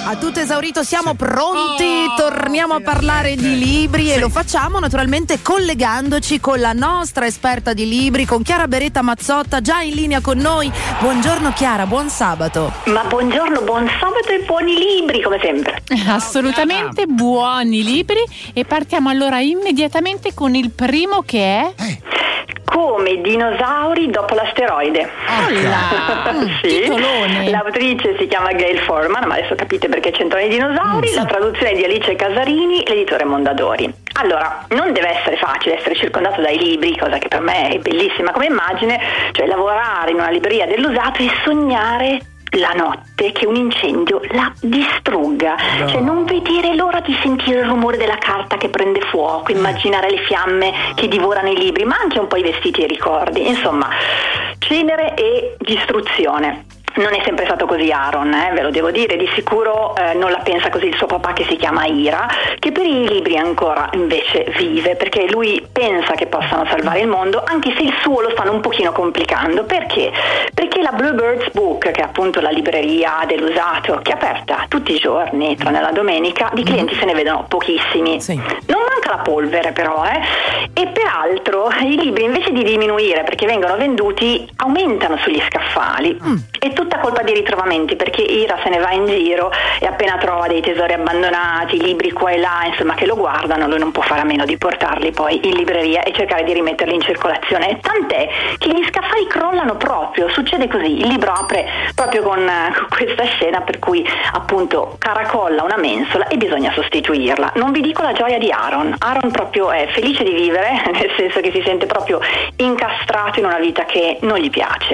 A tutto esaurito, siamo pronti, torniamo a parlare di libri e lo facciamo naturalmente collegandoci con la nostra esperta di libri, con Chiara Beretta Mazzotta, già in linea con noi. Buongiorno Chiara, buon sabato. Ma buongiorno, buon sabato e buoni libri come sempre. Assolutamente buoni libri, e partiamo allora immediatamente con il primo che è... Come i dinosauri dopo l'asteroide. Sì. Titolone. L'autrice si chiama Gail Forman, ma adesso capite perché c'entrano i dinosauri. La traduzione è di Alice Casarini, l'editore Mondadori. Allora, non deve essere facile essere circondato dai libri, cosa che per me è bellissima come immagine, cioè lavorare in una libreria dell'usato e sognare la notte che un incendio la distrugga, cioè non vedere l'ora di sentire il rumore della carta che prende fuoco, immaginare le fiamme che divorano i libri, ma anche un po' i vestiti e i ricordi, insomma cenere e distruzione. Non è sempre stato così Aaron, ve lo devo dire, di sicuro non la pensa così il suo papà che si chiama Ira, che per i libri ancora invece vive, perché lui pensa che possano salvare il mondo, anche se il suo lo stanno un pochino complicando. Perché? Perché la Bluebirds Book, che è appunto la libreria dell'usato, che è aperta tutti i giorni, tranne la domenica, di clienti se ne vedono pochissimi. Sì. Non manca la polvere però, e peraltro i libri invece di diminuire perché vengono venduti, aumentano sugli scaffali. È tutta colpa di ritrovamenti, perché Ira se ne va in giro e appena trova dei tesori abbandonati, libri qua e là, insomma, che lo guardano, lui non può fare a meno di portarli poi in libreria e cercare di rimetterli in circolazione. Tant'è che gli scaffali crollano proprio, succede così, il libro apre proprio con questa scena per cui appunto caracolla una mensola e bisogna sostituirla. Non vi dico la gioia di Aaron. Aaron proprio è felice di vivere, nel senso che si sente proprio incastrato in una vita che non gli piace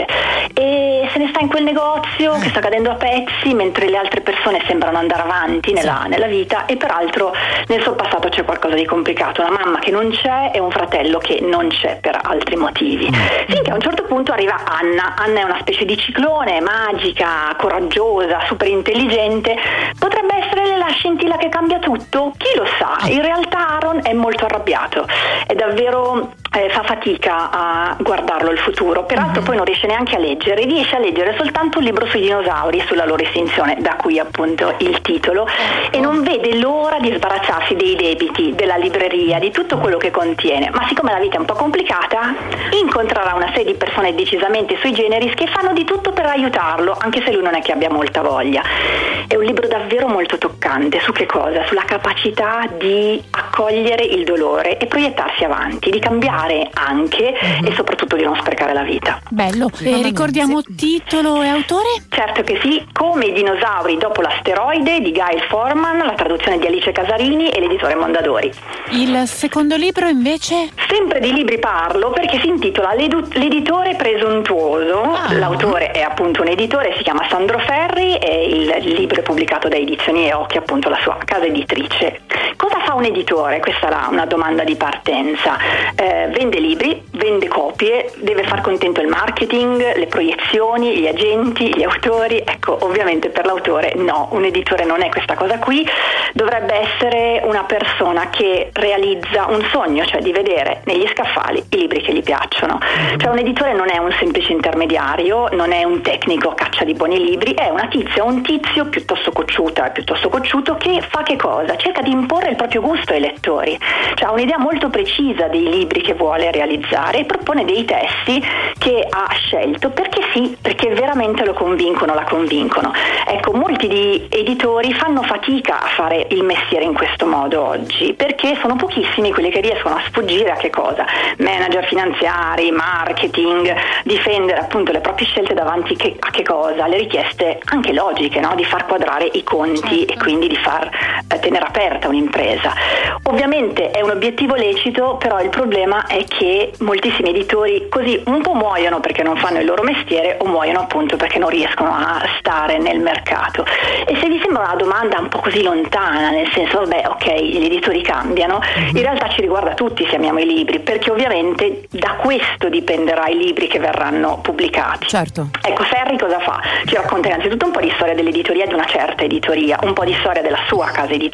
e se ne sta in quel negozio che sta cadendo a pezzi, mentre le altre persone sembrano andare avanti nella vita, e peraltro nel suo passato c'è qualcosa di complicato, una mamma che non c'è e un fratello che non c'è per altri motivi. Finché a un certo punto arriva Anna. Anna è una specie di ciclone, magica, coraggiosa, super intelligente. Potrebbe essere la scintilla che cambia tutto? Chi lo sa? In realtà Aaron è molto arrabbiato, è davvero fa fatica a guardarlo il futuro, peraltro poi non riesce neanche a leggere, riesce a leggere soltanto un libro sui dinosauri, sulla loro estinzione, da cui appunto il titolo, e non vede l'ora di sbarazzarsi dei debiti, della libreria, di tutto quello che contiene. Ma siccome la vita è un po' complicata, incontrerà una serie di persone decisamente sui generis che fanno di tutto per aiutarlo, anche se lui non è che abbia molta voglia. È un libro davvero molto toccante. Su che cosa? Sulla capacità di accogliere il dolore e proiettarsi avanti, di cambiare anche e soprattutto di non sprecare la vita. Bello. Ricordiamo titolo e autore? Certo che sì, Come i dinosauri dopo l'asteroide di Gail Forman, la traduzione di Alice Casarini e l'editore Mondadori. Il secondo libro invece? Sempre di libri parlo perché si intitola L'editore presuntuoso. L'autore è appunto un editore, si chiama Sandro Ferri, e il libro è pubblicato da Edizioni EO, che è appunto la sua casa editrice. Cosa fa un editore? Questa è una domanda di partenza. Vende libri, vende copie, deve far contento il marketing, le proiezioni, gli agenti, gli autori. Ecco, ovviamente per l'autore no, un editore non è questa cosa qui, dovrebbe essere una persona che realizza un sogno, cioè di vedere negli scaffali i libri che gli piacciono. Cioè un editore non è un semplice intermediario, non è un tecnico a caccia di buoni libri, è una tizia o un tizio piuttosto cocciuto che fa che cosa? Cerca di imporre il proprio gusto ai lettori, cioè ha un'idea molto precisa dei libri che vuole realizzare e propone dei testi che ha scelto perché veramente la convincono. Ecco, molti di editori fanno fatica a fare il mestiere in questo modo oggi, perché sono pochissimi quelli che riescono a sfuggire a che cosa? Manager finanziari, marketing, difendere appunto le proprie scelte davanti a che cosa? Le richieste anche logiche, no? Di far quadrare i conti e quindi di far tenere aperta un'impresa. Ovviamente è un obiettivo lecito, però il problema è che moltissimi editori così un po' muoiono perché non fanno il loro mestiere, o muoiono appunto perché non riescono a stare nel mercato. E se vi sembra una domanda un po' così lontana, nel senso vabbè, ok, gli editori cambiano, in realtà ci riguarda tutti se amiamo i libri, perché ovviamente da questo dipenderà i libri che verranno pubblicati. Certo. Ecco, Ferri cosa fa? Ci racconta innanzitutto un po' di storia dell'editoria, di una certa editoria, un po' di storia della sua casa editrice,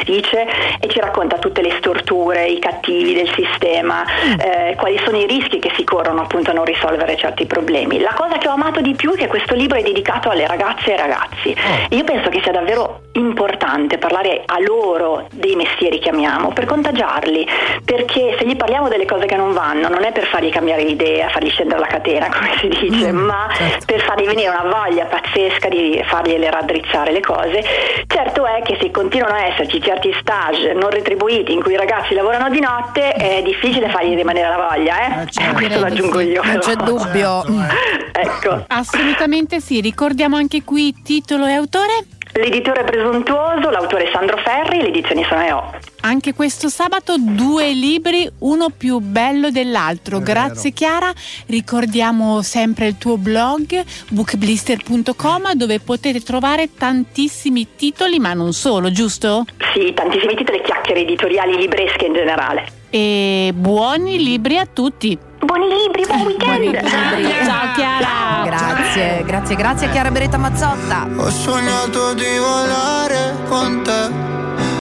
scrittrice, e ci racconta tutte le storture, i cattivi del sistema, quali sono i rischi che si corrono appunto a non risolvere certi problemi. La cosa che ho amato di più è che questo libro è dedicato alle ragazze e ai ragazzi. Io penso che sia davvero importante parlare a loro dei mestieri che amiamo, per contagiarli, perché se gli parliamo delle cose che non vanno non è per fargli cambiare l'idea, fargli scendere la catena come si dice, ma per fargli venire una voglia pazzesca di fargliele raddrizzare le cose. Certo è che se continuano a esserci certi stage non retribuiti in cui i ragazzi lavorano di notte, è difficile fargli rimanere la voglia, questo lo aggiungo io. Non c'è dubbio. Ecco. Assolutamente sì. Ricordiamo anche qui titolo e autore. L'editore Presuntuoso, l'autore Sandro Ferri, le edizioni sono EO. Anche questo sabato 2 libri, uno più bello dell'altro. Grazie Chiara. Ricordiamo sempre il tuo blog bookblister.com, dove potete trovare tantissimi titoli, ma non solo, giusto? Sì, tantissimi titoli, chiacchiere editoriali, libresche in generale. E buoni libri a tutti. Buoni libri, buon weekend. Ciao Chiara. Grazie Chiara Beretta Mazzotta. Ho sognato di volare